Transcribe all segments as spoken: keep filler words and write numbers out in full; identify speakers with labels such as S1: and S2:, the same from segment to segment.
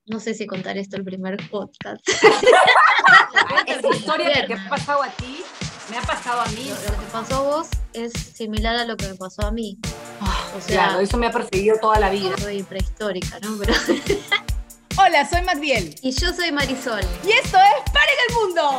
S1: No sé si contar esto el primer podcast.
S2: Esa historia que te ha pasado a ti, me ha pasado a mí.
S1: Lo, lo que pasó a vos es similar a lo que me pasó a mí.
S2: Oh, o sea, claro, eso me ha perseguido toda la vida.
S1: Soy prehistórica, ¿no? Pero...
S3: Hola, soy Magdiel.
S1: Y yo soy Marisol.
S3: Y esto es ¡Paren el Mundo!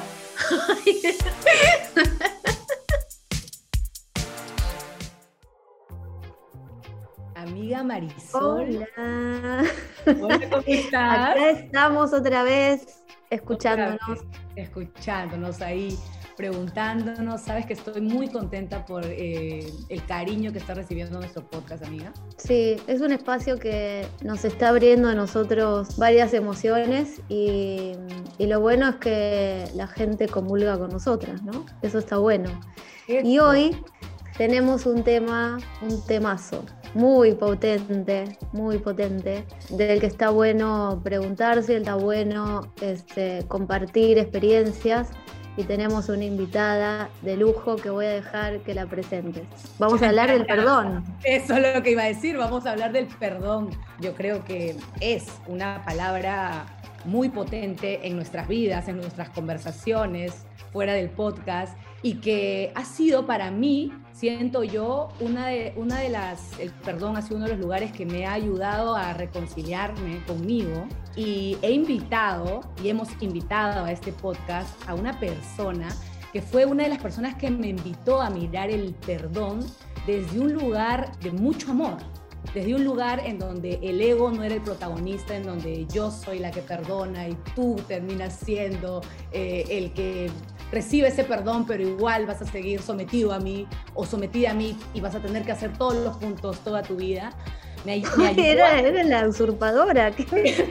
S3: Amiga Marisol.
S4: Hola.
S3: Hola, ¿cómo estás?
S4: Acá estamos otra vez escuchándonos.
S3: Otra vez, escuchándonos ahí, preguntándonos. Sabes que estoy muy contenta por eh, el cariño que está recibiendo nuestro podcast, amiga.
S4: Sí, es un espacio que nos está abriendo a nosotros varias emociones y, y lo bueno es que la gente comulga con nosotras, ¿no? Eso está bueno. Eso. Y hoy tenemos un tema, un temazo. Muy potente, muy potente, del que está bueno preguntarse, está bueno este, compartir experiencias y tenemos una invitada de lujo que voy a dejar que la presentes. Vamos a hablar del perdón.
S3: Eso es lo que iba a decir, vamos a hablar del perdón. Yo creo que es una palabra muy potente en nuestras vidas, en nuestras conversaciones, fuera del podcast, y que ha sido para mí, siento yo, una de, una de las, el perdón ha sido uno de los lugares que me ha ayudado a reconciliarme conmigo, y he invitado, y hemos invitado a este podcast a una persona que fue una de las personas que me invitó a mirar el perdón desde un lugar de mucho amor. Desde un lugar en donde el ego no era el protagonista, en donde yo soy la que perdona y tú terminas siendo eh, el que recibe ese perdón, pero igual vas a seguir sometido a mí o sometida a mí y vas a tener que hacer todos los puntos toda tu vida. Me, me
S4: era, era la usurpadora.
S3: ¿No?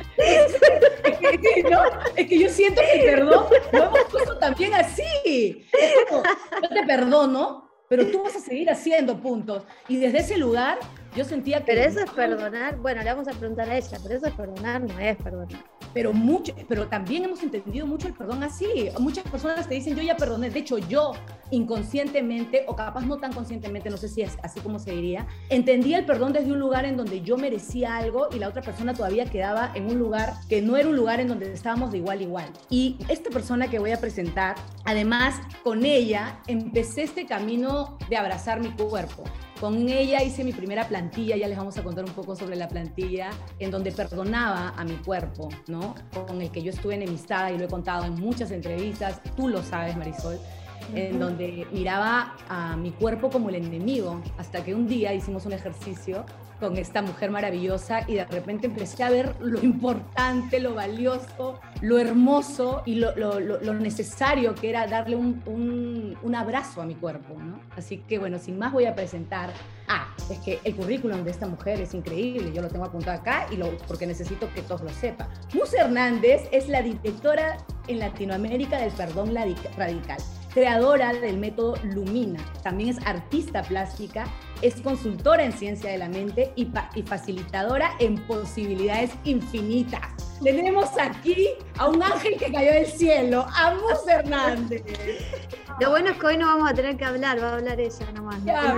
S3: Es que yo siento que el perdón lo hemos puesto también así. Es como, yo te perdono, pero tú vas a seguir haciendo puntos. Y desde ese lugar yo sentía que...
S4: Pero eso es perdonar, bueno, le vamos a preguntar a ella, pero eso es perdonar, no es perdonar.
S3: Pero, mucho, pero también hemos entendido mucho el perdón así. Muchas personas te dicen, yo ya perdoné. De hecho, yo inconscientemente, o capaz no tan conscientemente, no sé si es así como se diría, entendía el perdón desde un lugar en donde yo merecía algo y la otra persona todavía quedaba en un lugar que no era un lugar en donde estábamos de igual a igual. Y esta persona que voy a presentar, además, con ella empecé este camino de abrazar mi cuerpo. Con ella hice mi primera plantilla, ya les vamos a contar un poco sobre la plantilla, en donde perdonaba a mi cuerpo, ¿no? Con el que yo estuve enemistada y lo he contado en muchas entrevistas, tú lo sabes, Marisol, uh-huh. En donde miraba a mi cuerpo como el enemigo, hasta que un día hicimos un ejercicio con esta mujer maravillosa y de repente empecé a ver lo importante, lo valioso, lo hermoso y lo, lo, lo, lo necesario que era darle un, un, un abrazo a mi cuerpo, ¿no? Así que bueno, sin más voy a presentar. Ah, es que el currículum de esta mujer es increíble, yo lo tengo apuntado acá y lo, porque necesito que todos lo sepan. Mus Hernández es la directora en Latinoamérica del Perdón Radical, creadora del método Lumina, también es artista plástica, es consultora en ciencia de la mente y, y facilitadora en posibilidades infinitas. Tenemos aquí a un ángel que cayó del cielo, a Mus Hernández.
S4: Lo bueno es que hoy no vamos a tener que hablar, va a hablar ella nomás.
S2: Ya,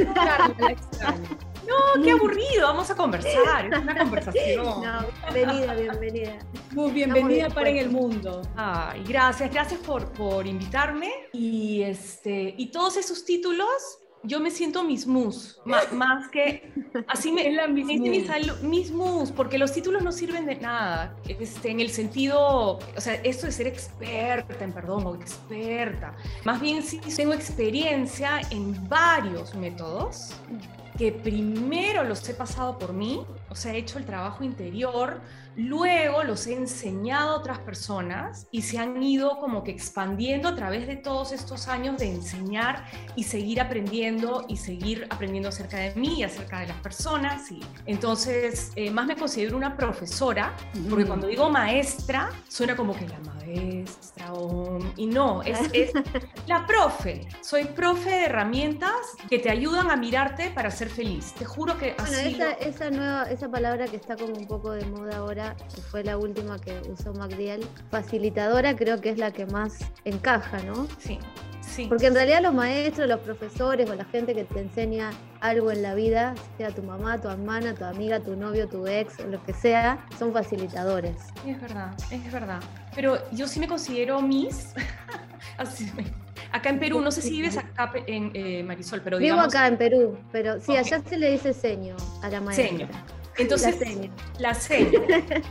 S2: no, qué aburrido, vamos a conversar, es una conversación.
S4: No, bienvenida, bienvenida.
S3: Muy bienvenida para En el Mundo.
S2: Ay, gracias, gracias por, por invitarme. Y, este, y todos esos títulos, yo me siento Miss Mus, más, más que, así me,
S3: es la Miss
S2: me dice mis, mis Mus, porque los títulos no sirven de nada, este, en el sentido, o sea, esto de ser experta en perdón o experta, más bien sí tengo experiencia en varios métodos, que primero los he pasado por mí, o sea, he hecho el trabajo interior, luego los he enseñado a otras personas y se han ido como que expandiendo a través de todos estos años de enseñar y seguir aprendiendo y seguir aprendiendo acerca de mí y acerca de las personas. Y entonces, eh, más me considero una profesora, porque cuando digo maestra, suena como que la maestra, oh, y no, es, es la profe. Soy profe de herramientas que te ayudan a mirarte para ser feliz. Te juro que
S4: bueno,
S2: así...
S4: Esa, esa, nueva, esa palabra que está como un poco de moda ahora, que fue la última que usó MacDill, facilitadora, creo que es la que más encaja, ¿no?
S2: Sí. Sí.
S4: Porque en realidad los maestros, los profesores o la gente que te enseña algo en la vida, sea tu mamá, tu hermana, tu amiga, tu novio, tu ex, o lo que sea, son facilitadores.
S2: Es verdad, es verdad. Pero yo sí me considero Miss. Así, acá en Perú, no sé si vives acá en eh, Marisol, pero digamos...
S4: Vivo acá en Perú, pero sí,
S2: Okay.
S4: allá se le dice seño a la maestra.
S2: Seño. Entonces,
S4: la seño.
S2: La seño.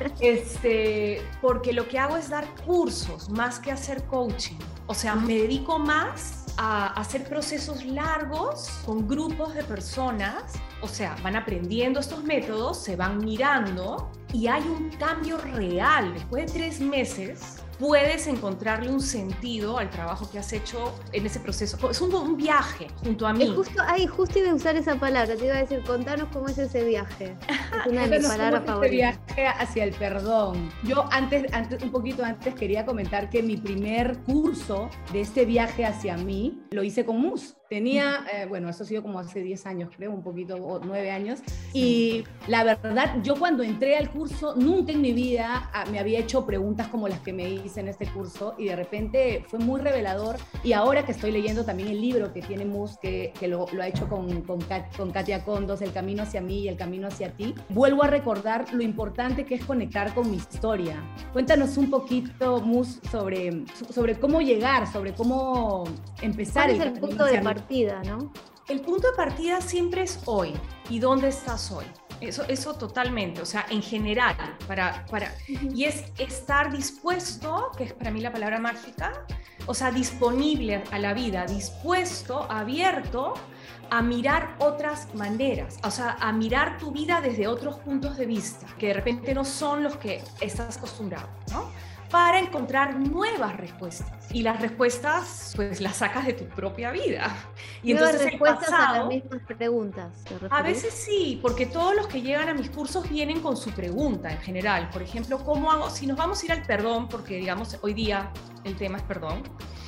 S2: Este, porque lo que hago es dar cursos más que hacer coaching. O sea, me dedico más a hacer procesos largos con grupos de personas. O sea, van aprendiendo estos métodos, se van mirando y hay un cambio real. Después de tres meses, puedes encontrarle un sentido al trabajo que has hecho en ese proceso. Es un, un viaje junto a mí.
S4: Es justo, ay, justo iba a usar esa palabra, te iba a decir, contanos cómo es ese viaje. Es una de mis palabras favoritas.
S3: Este viaje hacia el perdón. Yo antes, antes, un poquito antes quería comentar que mi primer curso de este viaje hacia mí lo hice con Mus. Tenía, eh, bueno, eso ha sido como hace diez años, creo, un poquito, o nueve años. Y la verdad, yo cuando entré al curso, nunca en mi vida ah, me había hecho preguntas como las que me hice en este curso. Y de repente fue muy revelador. Y ahora que estoy leyendo también el libro que tiene Mus, que, que lo, lo ha hecho con, con, Kat, con Katia Condos, El camino hacia mí y El camino hacia ti, vuelvo a recordar lo importante que es conectar con mi historia. Cuéntanos un poquito, Mus, sobre, sobre cómo llegar, sobre cómo empezar.
S4: ¿Cuál es el punto de partida? Partida, ¿no?
S2: El punto de partida siempre es hoy. ¿Y dónde estás hoy? Eso, eso totalmente, o sea, en general, para, para, y es estar dispuesto, que es para mí la palabra mágica, o sea, disponible a la vida, dispuesto, abierto a mirar otras maneras, o sea, a mirar tu vida desde otros puntos de vista, que de repente no son los que estás acostumbrado, ¿no? Para encontrar nuevas respuestas. Y las respuestas, pues, las sacas de tu propia vida. Y
S4: nuevas
S2: entonces
S4: respuestas
S2: el pasado,
S4: a las mismas preguntas.
S2: a veces sí, porque todos los que llegan a mis cursos vienen con su pregunta en general. Por ejemplo, ¿cómo hago? Si nos vamos a ir al perdón, porque digamos, hoy día el tema es perdón,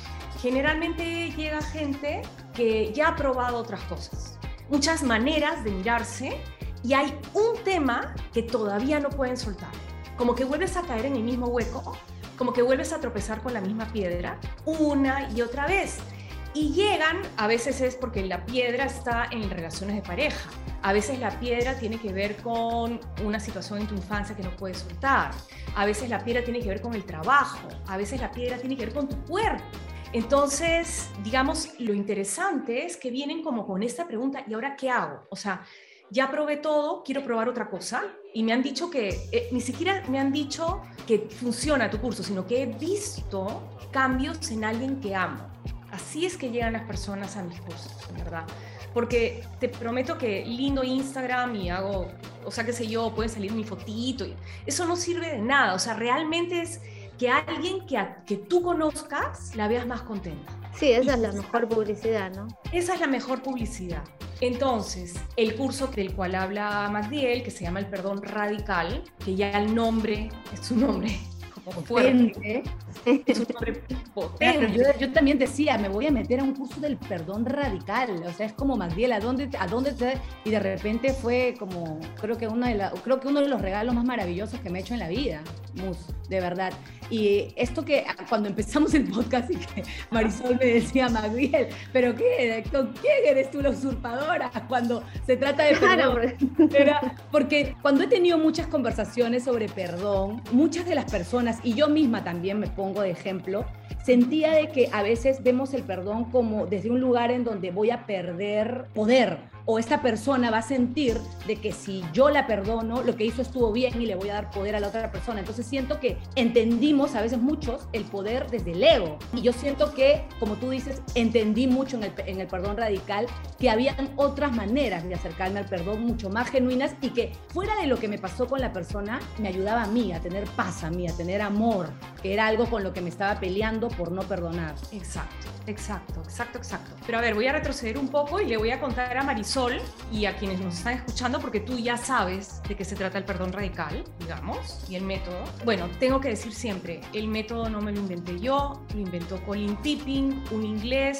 S2: generalmente llega gente que ya ha probado otras cosas, muchas maneras de mirarse, y hay un tema que todavía no pueden soltar. Como que vuelves a caer en el mismo hueco, como que vuelves a tropezar con la misma piedra una y otra vez. Y llegan, a veces es porque la piedra está en relaciones de pareja, a veces la piedra tiene que ver con una situación en tu infancia que no puedes soltar, a veces la piedra tiene que ver con el trabajo, a veces la piedra tiene que ver con tu cuerpo. Entonces, digamos, lo interesante es que vienen como con esta pregunta, ¿y ahora qué hago? O sea, ya probé todo, quiero probar otra cosa, y me han dicho que, eh, ni siquiera me han dicho que funciona tu curso, sino que he visto cambios en alguien que amo. Así es que llegan las personas a mis cursos, en verdad. Porque te prometo que lindo Instagram y hago, o sea, qué sé yo, puede salir mi fotito, y eso no sirve de nada. O sea, realmente es que alguien que, a, que tú conozcas la veas más contenta.
S4: Sí, esa y es la mejor publicidad, ¿no?
S2: Esa es la mejor publicidad. Entonces, el curso del cual habla MacDill, que se llama El Perdón Radical, que ya el nombre es su nombre como fuerte, es un nombre potente.
S3: Claro, yo, yo también decía, me voy a meter a un curso del perdón radical, o sea, es como MacDill, ¿a dónde, a dónde te...? Y de repente fue como, creo que, una de la, creo que uno de los regalos más maravillosos que me he hecho en la vida, Mus, de verdad. Y esto que cuando empezamos el podcast y que Marisol me decía, MacDill, ¿pero qué? ¿Con quién eres tú la usurpadora? Cuando se trata de perdón. Era porque cuando he tenido muchas conversaciones sobre perdón, muchas de las personas, y yo misma también me pongo de ejemplo, sentía de que a veces vemos el perdón como desde un lugar en donde voy a perder poder, o esta persona va a sentir de que si yo la perdono, lo que hizo estuvo bien y le voy a dar poder a la otra persona. Entonces siento que entendimos a veces muchos el poder desde el ego. Y yo siento que, como tú dices, entendí mucho en el, en el perdón radical que habían otras maneras de acercarme al perdón mucho más genuinas y que fuera de lo que me pasó con la persona, me ayudaba a mí, a tener paz a mí, a tener amor, que era algo con lo que me estaba peleando por no perdonar.
S2: Exacto, exacto, exacto, exacto. Pero a ver, voy a retroceder un poco y le voy a contar a Marisol y a quienes nos están escuchando, porque tú ya sabes de qué se trata el perdón radical, digamos, y el método. Bueno, tengo que decir siempre, el método no me lo inventé yo, lo inventó Colin Tipping, un inglés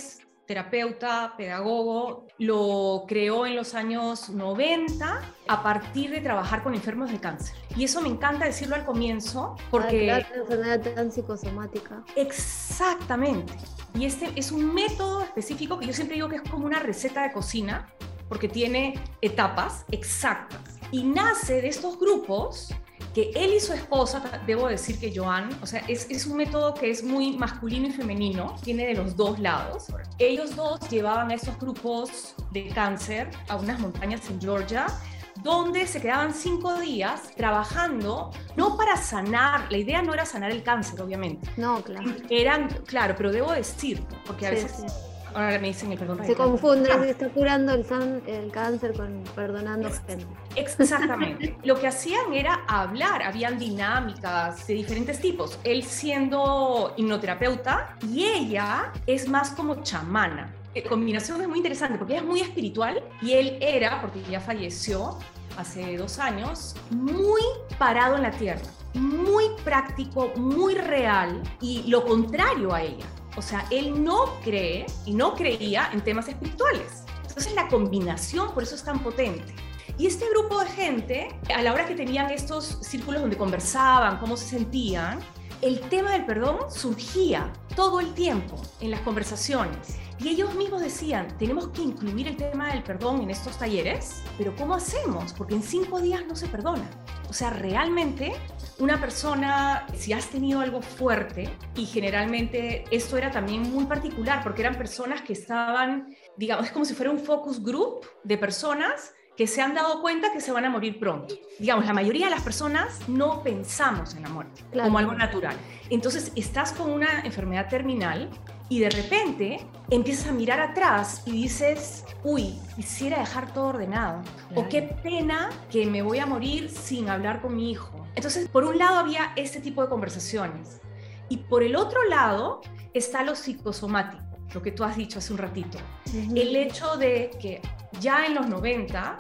S2: terapeuta, pedagogo, lo creó en los años noventa a partir de trabajar con enfermos de cáncer. Y eso me encanta decirlo al comienzo porque...
S4: Ah, claro, una enfermedad tan psicosomática.
S2: Exactamente. Y este es un método específico que yo siempre digo que es como una receta de cocina, porque tiene etapas exactas. Y nace de estos grupos que él y su esposa, debo decir que Joan, o sea, es, es un método que es muy masculino y femenino, tiene de los dos lados. Ellos dos llevaban a estos grupos de cáncer a unas montañas en Georgia, donde se quedaban cinco días trabajando, no para sanar, la idea no era sanar el cáncer, obviamente.
S4: No, claro.
S2: Eran, claro, pero debo decir, porque a
S4: Sí,
S2: veces...
S4: sí.
S2: Ahora me dicen el perdón.
S4: Se confunde, se está curando el, san- el cáncer con perdonando
S2: Es-
S4: gente.
S2: Exactamente. Lo que hacían era hablar, habían dinámicas de diferentes tipos. Él siendo hipnoterapeuta y ella es más como chamana. La combinación es muy interesante porque ella es muy espiritual y él era, porque ya falleció hace dos años, muy parado en la tierra, muy práctico, muy real y lo contrario a ella. O sea, él no cree y no creía en temas espirituales. Entonces la combinación por eso es tan potente. Y este grupo de gente, a la hora que tenían estos círculos donde conversaban, cómo se sentían, el tema del perdón surgía todo el tiempo en las conversaciones. Y ellos mismos decían, tenemos que incluir el tema del perdón en estos talleres, pero ¿cómo hacemos? Porque en cinco días no se perdona. O sea, realmente una persona, si has tenido algo fuerte, y generalmente esto era también muy particular, porque eran personas que estaban, digamos, es como si fuera un focus group de personas que se han dado cuenta que se van a morir pronto. Digamos, la mayoría de las personas no pensamos en la muerte
S4: Claro.
S2: como algo natural. Entonces, estás con una enfermedad terminal y de repente empiezas a mirar atrás y dices, uy, quisiera dejar todo ordenado.
S3: Claro.
S2: O qué pena que me voy a morir sin hablar con mi hijo. Entonces, por un lado había este tipo de conversaciones. Y por el otro lado está lo psicosomático, lo que tú has dicho hace un ratito.
S4: Ujú.
S2: El hecho de que ya en los noventa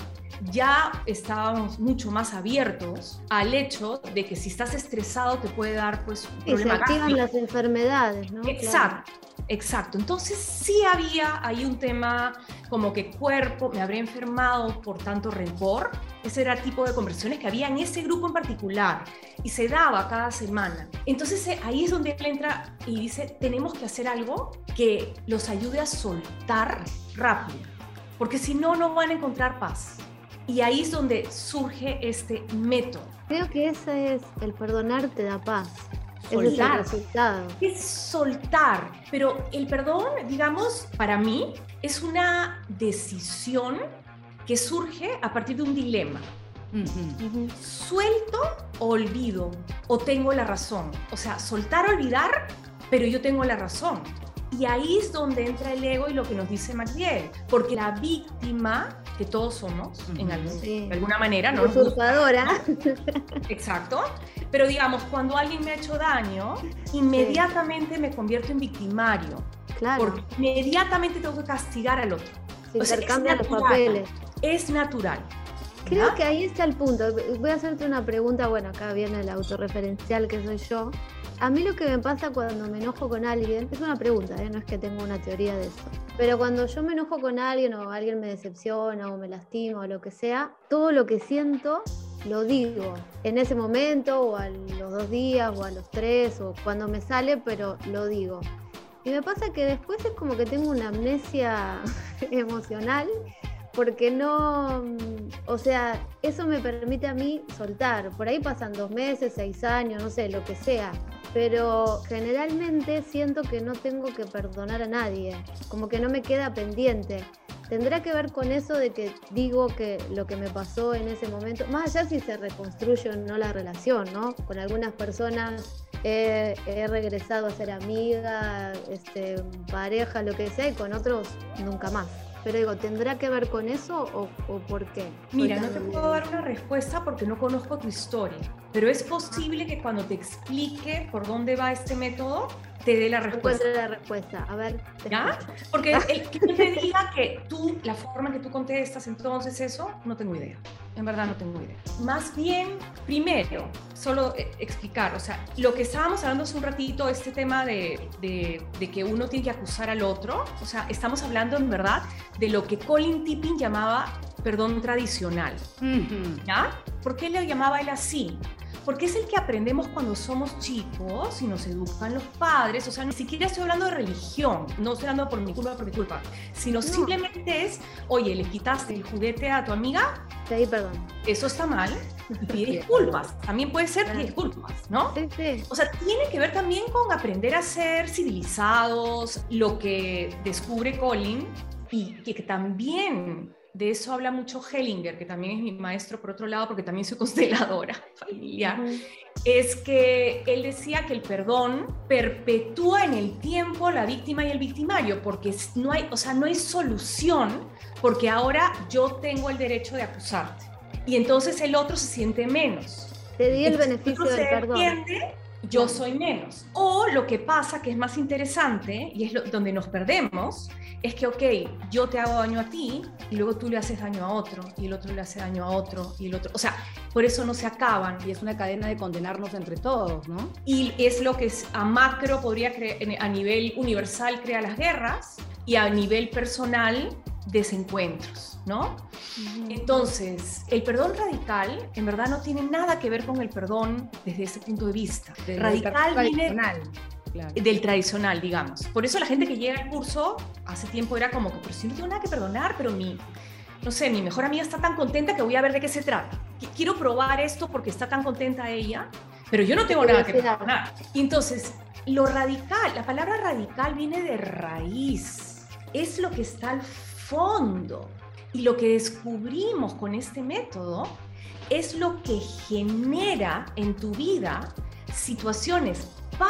S2: ya estábamos mucho más abiertos al hecho de que si estás estresado te puede dar pues un
S4: Sí, se
S2: problema
S4: activan
S2: gástrico.
S4: las enfermedades, ¿no?
S2: Exacto, exacto. Entonces sí había ahí un tema como que cuerpo, me habré enfermado por tanto rencor. Ese era el tipo de conversaciones que había en ese grupo en particular y se daba cada semana. Entonces eh, ahí es donde él entra y dice, tenemos que hacer algo que los ayude a soltar rápido, porque si no, no van a encontrar paz. Y ahí es donde surge este método.
S4: Creo que ese es el perdonar te da paz. Ese es el
S2: Soltar.
S4: resultado.
S2: Es soltar, pero el perdón, digamos, para mí es una decisión que surge a partir de un dilema.
S3: Ujú.
S4: Ujú.
S2: ¿Suelto o olvido? ¿O tengo la razón? O sea, soltar o olvidar, pero yo tengo la razón. Y ahí es donde entra el ego y lo que nos dice McGill, porque la víctima, que todos somos, en algún-
S4: Sí.
S2: de alguna manera, no nos gusta.
S4: Usurpadora.
S2: Exacto. Pero digamos, cuando alguien me ha hecho daño, inmediatamente me convierto en victimario.
S4: Claro.
S2: Porque inmediatamente tengo que castigar al otro.
S4: Se
S2: o sea, es
S4: intercambian los
S2: natural.
S4: papeles.
S2: Es natural.
S4: Creo
S2: ¿ya?
S4: que ahí está el punto. Voy a hacerte una pregunta, bueno, acá viene el autorreferencial que soy yo. A mí lo que me pasa cuando me enojo con alguien, es una pregunta, ¿eh? No es que tenga una teoría de eso, pero cuando yo me enojo con alguien o alguien me decepciona o me lastima o lo que sea, todo lo que siento lo digo en ese momento o a los dos días o a los tres o cuando me sale, pero lo digo. Y me pasa que después es como que tengo una amnesia emocional porque no, o sea, eso me permite a mí soltar. Por ahí pasan dos meses, seis años, no sé, lo que sea. Pero generalmente siento que no tengo que perdonar a nadie, como que no me queda pendiente. Tendrá que ver con eso de que digo que lo que me pasó en ese momento, más allá si se reconstruye o no la relación, ¿no? Con algunas personas he, he regresado a ser amiga, este, pareja, lo que sea, y con otros nunca más. Pero digo, ¿tendrá que ver con eso o, o por qué?
S2: Mira,
S4: Soy
S2: no
S4: tan
S2: te puedo dar una respuesta porque no conozco tu historia, pero es posible que cuando te explique por dónde va este método, te dé la respuesta.
S4: Encuentre la respuesta. A ver, te
S2: ¿Ya?
S4: escucho.
S2: Porque el que yo te diga que tú, la forma en que tú contestas entonces eso, no tengo idea. En verdad no tengo idea. Más bien, primero, solo eh, explicar, o sea, lo que estábamos hablando hace un ratito, este tema de, de, de que uno tiene que acusar al otro, o sea, estamos hablando en verdad de lo que Colin Tipping llamaba perdón tradicional. Uh-huh. ¿Ya? ¿Por qué le llamaba él así? Porque es el que aprendemos cuando somos chicos y nos educan los padres. O sea, ni siquiera estoy hablando de religión, no estoy hablando por mi culpa, por mi culpa, sino no. Simplemente es, oye, ¿le quitaste el juguete a tu amiga?
S4: Sí, perdón.
S2: Eso está mal y pide disculpas. También puede ser pide disculpas, ¿no?
S4: Sí, sí.
S2: O sea, tiene que ver también con aprender a ser civilizados, lo que descubre Colin y que, que también... De eso habla mucho Hellinger, que también es mi maestro por otro lado, porque también soy consteladora familiar, uh-huh. Es que él decía que el perdón perpetúa en el tiempo la víctima y el victimario, porque no hay, o sea, no hay solución, porque ahora yo tengo el derecho de acusarte, y entonces el otro se siente menos.
S4: Te di el beneficio del perdón.
S2: Entiende, yo soy menos. O lo que pasa, que es más interesante, y es lo, donde nos perdemos, es que, ok, yo te hago daño a ti, y luego tú le haces daño a otro, y el otro le hace daño a otro, y el otro... O sea, por eso no se acaban.
S3: Y es una cadena de condenarnos entre todos, ¿no?
S2: Y es lo que es, a macro podría crear, a nivel universal crea las guerras, y a nivel personal desencuentros, ¿no? Uh-huh. Entonces, el perdón radical en verdad no tiene nada que ver con el perdón desde ese punto de vista.
S3: Del
S2: radical viene
S3: claro.
S2: del tradicional, digamos. Por eso la gente que llega al curso hace tiempo era como que, pero si no tengo nada que perdonar, pero mi, no sé, mi mejor amiga está tan contenta que voy a ver de qué se trata. Quiero probar esto porque está tan contenta ella, pero yo no tengo nada que perdonar. Y entonces, lo radical, la palabra radical viene de raíz. Es lo que está al fondo. Y lo que descubrimos con este método es lo que genera en tu vida situaciones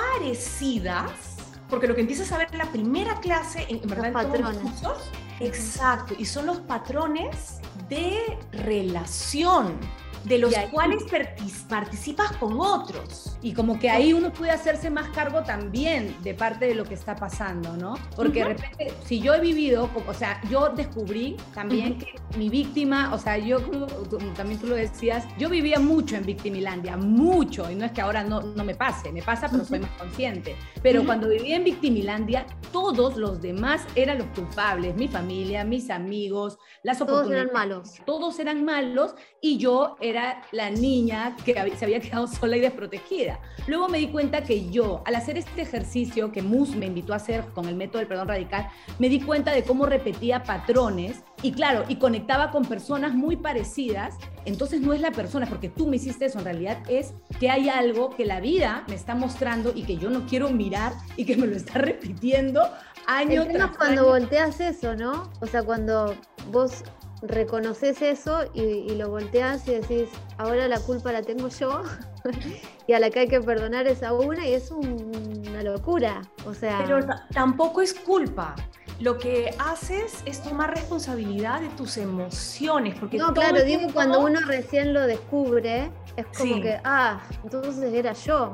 S2: parecidas, porque lo que empiezas a ver en la primera clase, en, en verdad en todos los cursos, exacto, y son los patrones de relación, de los ahí, cuales participas con otros.
S3: Y como que ahí uno puede hacerse más cargo también de parte de lo que está pasando, ¿no? Porque uh-huh. de repente, si yo he vivido, o sea, yo descubrí también uh-huh. que mi víctima, o sea, yo, como también tú lo decías, yo vivía mucho en Victimilandia, mucho, y no es que ahora no, no me pase, me pasa, pero uh-huh. soy más consciente. Pero uh-huh. cuando vivía en Victimilandia, todos los demás eran los culpables, mi familia, mis amigos, las oportunidades.
S4: Todos eran malos.
S3: Todos eran malos, y yo era la niña que se había quedado sola y desprotegida. Luego me di cuenta que yo, al hacer este ejercicio que Mus me invitó a hacer con el método del perdón radical, me di cuenta de cómo repetía patrones y claro, y conectaba con personas muy parecidas. Entonces no es la persona, porque tú me hiciste eso, en realidad es que hay algo que la vida me está mostrando y que yo no quiero mirar y que me lo está repitiendo año tras año.
S4: Cuando volteas eso, ¿no? O sea, cuando vos reconoces eso y, y lo volteas y decís, ahora la culpa la tengo yo y a la que hay que perdonar es a una, y es un, una locura, o sea...
S2: Pero t- tampoco es culpa. Lo que haces es tomar responsabilidad de tus emociones, porque
S4: no, claro, digo, tiempo... cuando uno recién lo descubre, es como sí. que, ah, entonces era yo.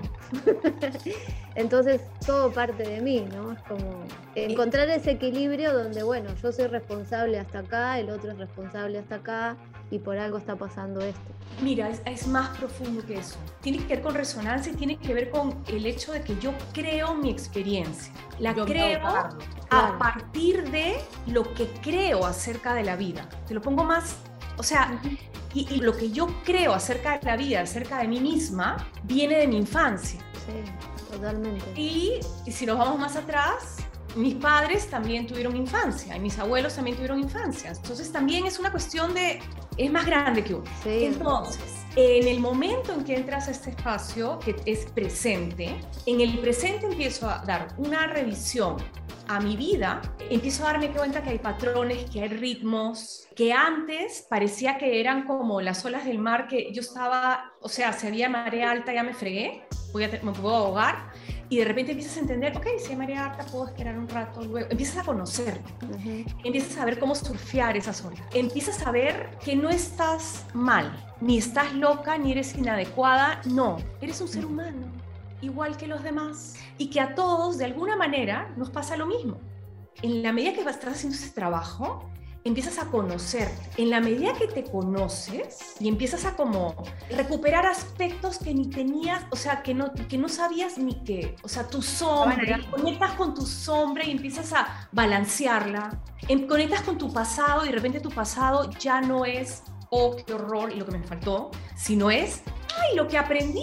S4: Entonces todo parte de mí, ¿no? Es como encontrar ese equilibrio donde, bueno, yo soy responsable hasta acá, el otro es responsable hasta acá, y por algo está pasando esto.
S2: Mira, es, es más profundo que eso. Tiene que ver con resonancia y tiene que ver con el hecho de que yo creo mi experiencia. La yo creo claro. a partir de lo que creo acerca de la vida. Te lo pongo más, o sea, uh-huh. y, y lo que yo creo acerca de la vida, acerca de mí misma, viene de mi infancia.
S4: Sí, totalmente.
S2: Y, y si nos vamos más atrás, mis padres también tuvieron infancia y mis abuelos también tuvieron infancia. Entonces también es una cuestión de... es más grande que uno.
S4: Sí.
S2: Entonces, en el momento en que entras a este espacio, que es presente, en el presente empiezo a dar una revisión a mi vida, empiezo a darme cuenta que hay patrones, que hay ritmos, que antes parecía que eran como las olas del mar, que yo estaba, o sea, si había marea alta ya me fregué, voy a, me puedo ahogar. Y de repente empiezas a entender, ok, si hay marea alta puedo esperar un rato, luego empiezas a conocer, uh-huh. empiezas a ver cómo surfear esas olas, empiezas a ver que no estás mal, ni estás loca, ni eres inadecuada, no, eres un ser humano, igual que los demás, y que a todos, de alguna manera, nos pasa lo mismo. En la medida que vas a estar haciendo ese trabajo, empiezas a conocerte. En la medida que te conoces y empiezas a como recuperar aspectos que ni tenías, o sea, que no, que no sabías ni qué, o sea, tu sombra, conectas con tu sombra y empiezas a balancearla, en, conectas con tu pasado y de repente tu pasado ya no es, oh, qué horror y lo que me faltó, sino es, ay, lo que aprendí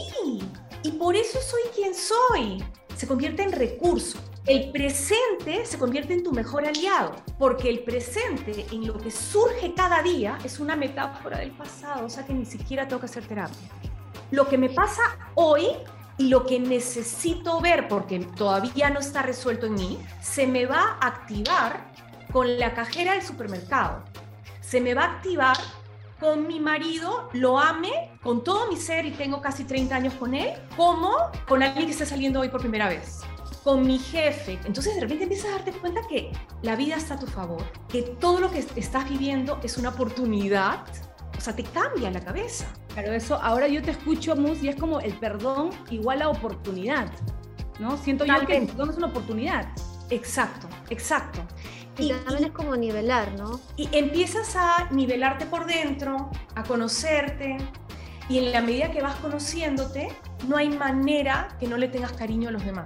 S2: y por eso soy quien soy. Se convierte en recurso. El presente se convierte en tu mejor aliado, porque el presente, en lo que surge cada día, es una metáfora del pasado, o sea que ni siquiera tengo que hacer terapia. Lo que me pasa hoy y lo que necesito ver, porque todavía no está resuelto en mí, se me va a activar con la cajera del supermercado. Se me va a activar con mi marido, lo ame con todo mi ser y tengo casi treinta años con él, como con alguien que está saliendo hoy por primera vez, con mi jefe. Entonces de repente empiezas a darte cuenta que la vida está a tu favor, que todo lo que estás viviendo es una oportunidad, o sea, te cambia la cabeza.
S3: Claro, eso, ahora yo te escucho, Mus, y es como el perdón igual a oportunidad, ¿no? Siento yo que el perdón es una oportunidad.
S2: Exacto, exacto.
S4: Y, y también y, es como nivelar, ¿no?
S2: Y empiezas a nivelarte por dentro, a conocerte, y en la medida que vas conociéndote, no hay manera que no le tengas cariño a los demás.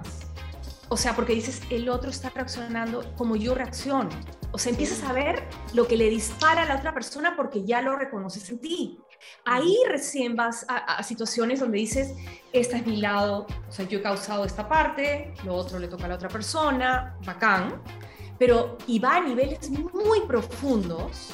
S2: O sea, porque dices, el otro está reaccionando como yo reacciono. O sea, empiezas a ver lo que le dispara a la otra persona porque ya lo reconoces en ti. Ahí recién vas a, a situaciones donde dices, este es mi lado, o sea, yo he causado esta parte, lo otro le toca a la otra persona, bacán. Pero y va a niveles muy profundos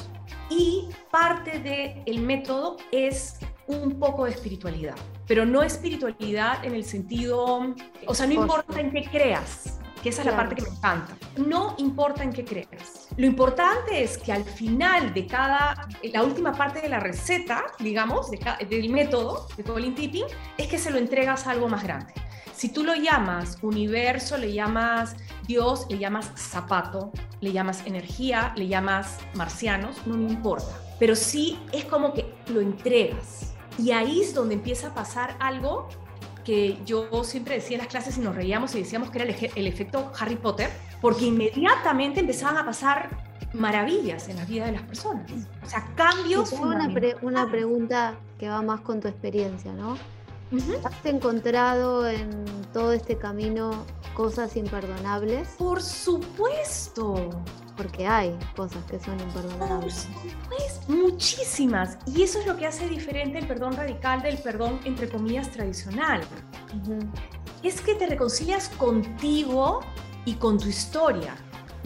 S2: y parte del método es un poco de espiritualidad, pero no espiritualidad en el sentido, o sea, no importa en qué creas, que esa es la parte que me encanta, no importa en qué creas. Lo importante es que al final de cada, la última parte de la receta, digamos, de cada, del método de Colin Tipping, es que se lo entregas a algo más grande. Si tú lo llamas universo, le llamas Dios, le llamas zapato, le llamas energía, le llamas marcianos, no me importa. Pero sí es como que lo entregas. Y ahí es donde empieza a pasar algo que yo siempre decía en las clases y nos reíamos y decíamos que era el, el efecto Harry Potter, porque inmediatamente empezaban a pasar maravillas en la vida de las personas. O sea, cambios.
S4: Y tengo una, pre una pregunta que va más con tu experiencia, ¿no? Uh-huh. ¿Has encontrado en todo este camino cosas imperdonables?
S2: Por supuesto.
S4: Porque hay cosas que son imperdonables.
S2: Por supuesto, muchísimas. Y eso es lo que hace diferente el perdón radical del perdón, entre comillas, tradicional. Uh-huh. Es que te reconcilias contigo y con tu historia.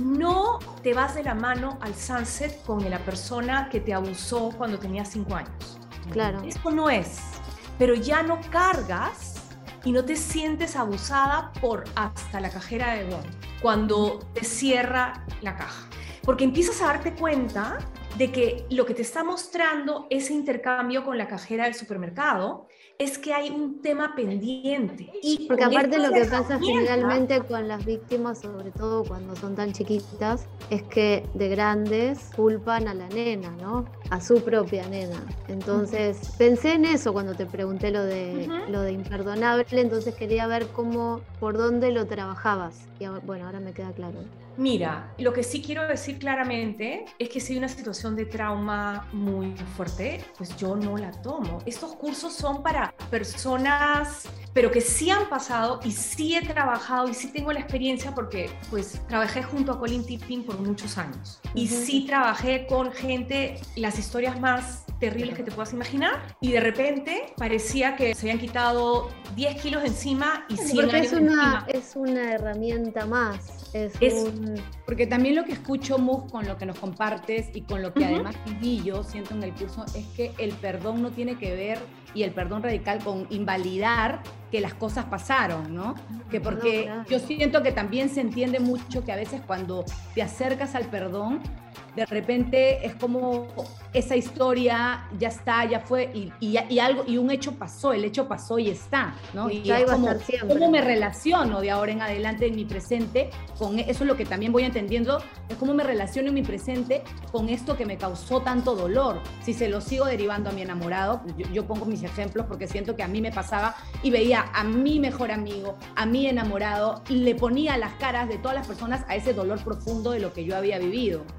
S2: No te vas de la mano al sunset con la persona que te abusó cuando tenías cinco años.
S4: Claro.
S2: Eso no es. Pero ya no cargas y no te sientes abusada por hasta la cajera de Bon cuando te cierra la caja. Porque empiezas a darte cuenta de que lo que te está mostrando ese intercambio con la cajera del supermercado es que hay un tema pendiente. Y
S4: porque aparte lo que pasa generalmente con las víctimas, sobre todo cuando son tan chiquitas, es que de grandes culpan a la nena, ¿no? A su propia nena. Entonces, uh-huh. pensé en eso cuando te pregunté lo de, uh-huh. lo de imperdonable, entonces quería ver cómo, por dónde lo trabajabas. Y bueno, ahora me queda claro.
S2: Mira, lo que sí quiero decir claramente es que si hay una situación de trauma muy fuerte, pues yo no la tomo. Estos cursos son para personas, pero que sí han pasado y sí he trabajado y sí tengo la experiencia porque pues trabajé junto a Colin Tipping por muchos años. Uh-huh. Y sí trabajé con gente, las historias más terribles que te puedas imaginar, y de repente parecía que se habían quitado diez kilos de encima y cien
S4: porque
S2: años
S4: es una,
S2: encima.
S4: Es una herramienta más. Es
S2: es,
S4: un...
S3: Porque también lo que escucho, Mus, con lo que nos compartes y con lo que uh-huh. además viví yo, siento en el curso, es que el perdón no tiene que ver, y el perdón radical, con invalidar que las cosas pasaron, ¿no? Que porque no, claro. yo siento que también se entiende mucho que a veces cuando te acercas al perdón, de repente es como esa historia ya está, ya fue, y, y, y algo, y un hecho pasó, el hecho pasó y está, ¿no? Y, y es como, cómo me relaciono de ahora en adelante en mi presente con eso, es lo que también voy entendiendo, es cómo me relaciono en mi presente con esto que me causó tanto dolor. Si se lo sigo derivando a mi enamorado, yo, yo pongo mis ejemplos porque siento que a mí me pasaba y veía a mi mejor amigo, a mi enamorado, y le ponía las caras de todas las personas a ese dolor profundo de lo que yo había vivido, hasta que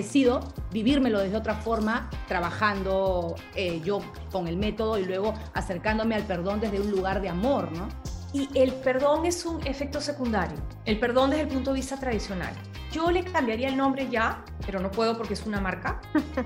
S3: decido vivírmelo desde otra forma, trabajando eh, yo con el método y luego acercándome al perdón desde un lugar de amor, ¿no?
S2: Y el perdón es un efecto secundario. El perdón desde el punto de vista tradicional. Yo le cambiaría el nombre ya, pero no puedo porque es una marca.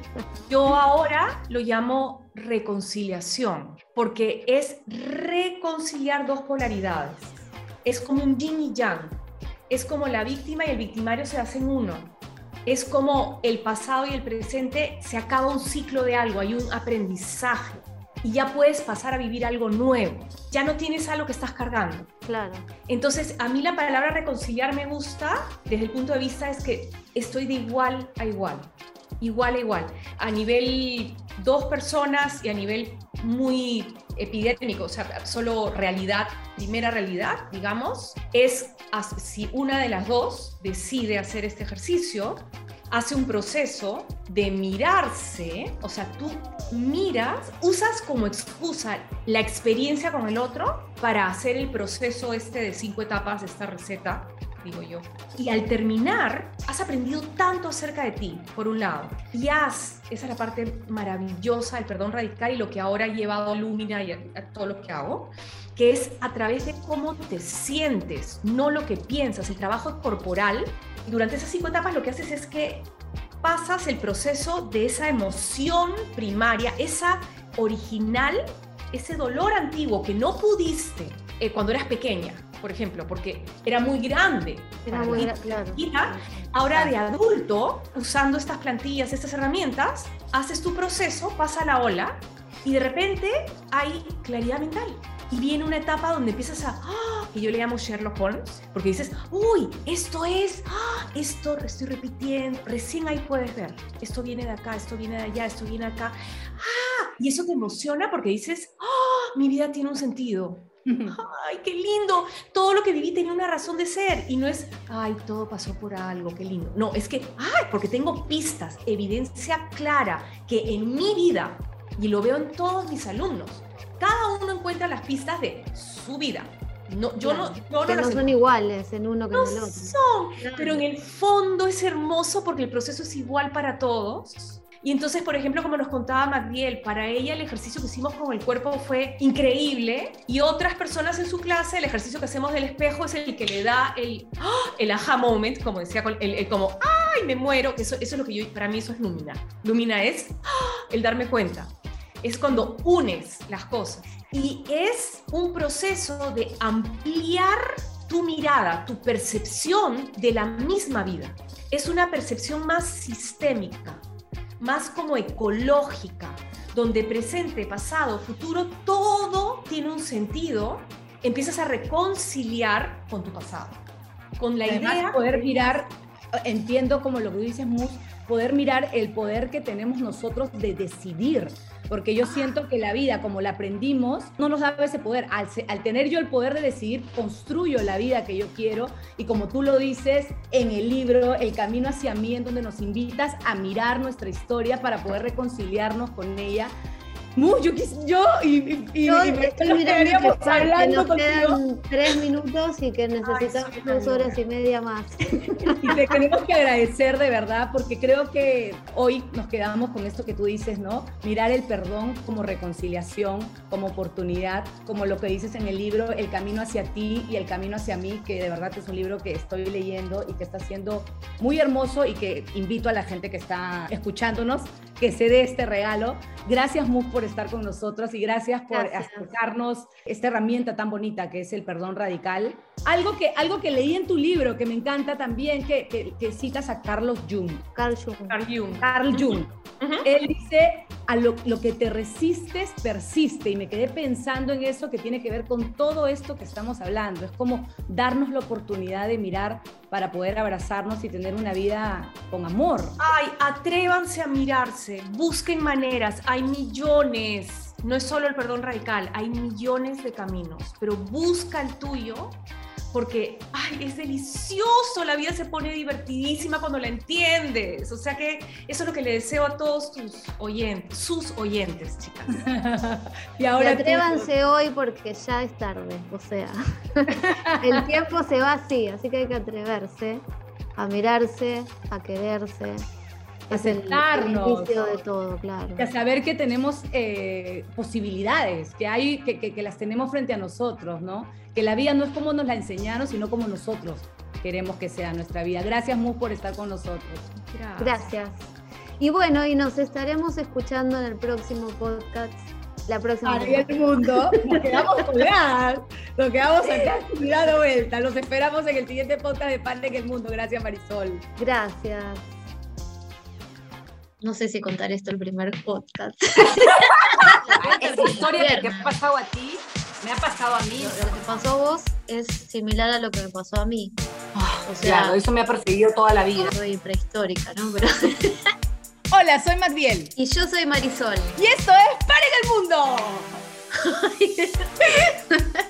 S2: Yo ahora lo llamo reconciliación, porque es reconciliar dos polaridades. Es como un yin y yang. Es como la víctima y el victimario se hacen uno. Es como el pasado y el presente, se acaba un ciclo de algo, hay un aprendizaje. Y ya puedes pasar a vivir algo nuevo. Ya no tienes algo que estás cargando.
S4: Claro.
S2: Entonces, a mí la palabra reconciliar me gusta desde el punto de vista es que estoy de igual a igual. Igual a igual. A nivel dos personas y a nivel muy epidémico, o sea, solo realidad, primera realidad, digamos, es si una de las dos decide hacer este ejercicio, hace un proceso de mirarse, o sea, tú miras, usas como excusa la experiencia con el otro para hacer el proceso este de cinco etapas de esta receta, digo yo. Y al terminar, has aprendido tanto acerca de ti, por un lado, y has, esa es la parte maravillosa del perdón radical y lo que ahora he llevado a Lumina y a, a todo lo que hago, que es a través de cómo te sientes, no lo que piensas, el trabajo corporal. Durante esas cinco etapas lo que haces es que pasas el proceso de esa emoción primaria, esa original, ese dolor antiguo que no pudiste eh, cuando eras pequeña, por ejemplo, porque era muy grande.
S4: Era muy grande, claro.
S2: Ahora de adulto, usando estas plantillas, estas herramientas, haces tu proceso, pasa la ola y de repente hay claridad mental. Y viene una etapa donde empiezas a, ¡ah! Que yo le llamo Sherlock Holmes, porque dices, uy, esto es, ¡ah! Esto estoy repitiendo, recién ahí puedes ver, esto viene de acá, esto viene de allá, esto viene de acá, ¡ah! Y eso te emociona porque dices, ¡ah! Mi vida tiene un sentido, ¡ay, qué lindo! Todo lo que viví tenía una razón de ser, y no es, ¡ay, todo pasó por algo, qué lindo! No, es que, ¡ay! Porque tengo pistas, evidencia clara, que en mi vida, y lo veo en todos mis alumnos, cada uno encuentra las pistas de su vida. No, yo
S4: claro,
S2: no, yo
S4: que
S2: no,
S4: no son
S2: encuentro.
S4: Iguales en uno que
S2: no
S4: en el otro.
S2: son,
S4: Claro.
S2: Pero en el fondo es hermoso porque el proceso es igual para todos. Y entonces, por ejemplo, como nos contaba Magdiel, para ella el ejercicio que hicimos con el cuerpo fue increíble, y otras personas en su clase, el ejercicio que hacemos del espejo es el que le da el, ¡oh! El aha moment, como decía, el, el como, ¡ay, me muero! Eso, eso es lo que yo, para mí eso es Lumina. Lumina es ¡oh! El darme cuenta. Es cuando unes las cosas. Y es un proceso de ampliar tu mirada, tu percepción de la misma vida. Es una percepción más sistémica, más como ecológica, donde presente, pasado, futuro, todo tiene un sentido. Empiezas a reconciliar con tu pasado, con la
S3: Además,
S2: idea...
S3: poder mirar, entiendo como lo que dices, Mus, poder mirar el poder que tenemos nosotros de decidir, porque yo siento que la vida, como la aprendimos, no nos da ese poder. Al, al tener yo el poder de decidir, construyo la vida que yo quiero, y como tú lo dices en el libro, El camino hacia mí, en donde nos invitas a mirar nuestra historia para poder reconciliarnos con ella. Muy, yo, quis, yo y, y,
S4: Yo
S3: y me
S4: estoy mirando que, que nos
S3: contigo.
S4: quedan tres minutos y que necesitamos
S2: Ay,
S4: dos horas y media más.
S3: Y te tenemos que agradecer de verdad, porque creo que hoy nos quedamos con esto que tú dices, ¿no? Mirar el perdón como reconciliación, como oportunidad, como lo que dices en el libro, El camino hacia ti y El camino hacia mí, que de verdad es un libro que estoy leyendo y que está siendo muy hermoso, y que invito a la gente que está escuchándonos que se dé este regalo. Gracias, Mus, por estar con nosotros, y gracias por
S4: Gracias.
S3: acercarnos esta herramienta tan bonita que es el perdón radical. Algo que, algo que leí en tu libro que me encanta también, que, que, que citas a Carlos Jung.
S4: Carl Jung.
S2: Carl Jung.
S3: Carl Jung.
S2: Uh-huh.
S3: Él dice, a lo, lo que te resistes persiste, y me quedé pensando en eso, que tiene que ver con todo esto que estamos hablando. Es como darnos la oportunidad de mirar para poder abrazarnos y tener una vida con amor.
S2: Ay, atrévanse a mirarse, busquen maneras, hay millones, no es solo el perdón radical, hay millones de caminos, pero busca el tuyo, porque ay, es delicioso, la vida se pone divertidísima cuando la entiendes. O sea que eso es lo que le deseo a todos tus oyentes, sus oyentes, chicas.
S3: Y ahora
S4: Y atrévanse hoy porque ya es tarde, o sea, el tiempo se va así, así que hay que atreverse a mirarse, a quererse Es el
S3: aceptarnos,
S4: inicio de todo, claro.
S3: que saber que tenemos eh, posibilidades, que, hay, que, que, que las tenemos frente a nosotros, ¿no? Que la vida no es como nos la enseñaron, sino como nosotros queremos que sea nuestra vida. Gracias, Mus, por estar con nosotros.
S2: Gracias.
S4: Gracias. Y bueno, y nos estaremos escuchando en el próximo podcast. La próxima.
S3: Arriba el mundo. Nos quedamos colgadas. Nos quedamos acá dando vuelta. Los esperamos en el siguiente podcast de Pan en el Mundo. Gracias, Marisol.
S4: Gracias.
S1: No sé si contar esto el primer podcast.
S5: Esa historia que te ha pasado a ti, me ha pasado a mí.
S1: Lo, lo que pasó a vos es similar a lo que me pasó a mí.
S5: Oh,
S1: O sea,
S5: claro, eso me ha perseguido toda la vida.
S1: soy prehistórica, ¿no? Pero...
S3: Hola, soy Magdiel.
S1: Y yo soy Marisol.
S3: Y esto es Pan en el Mundo.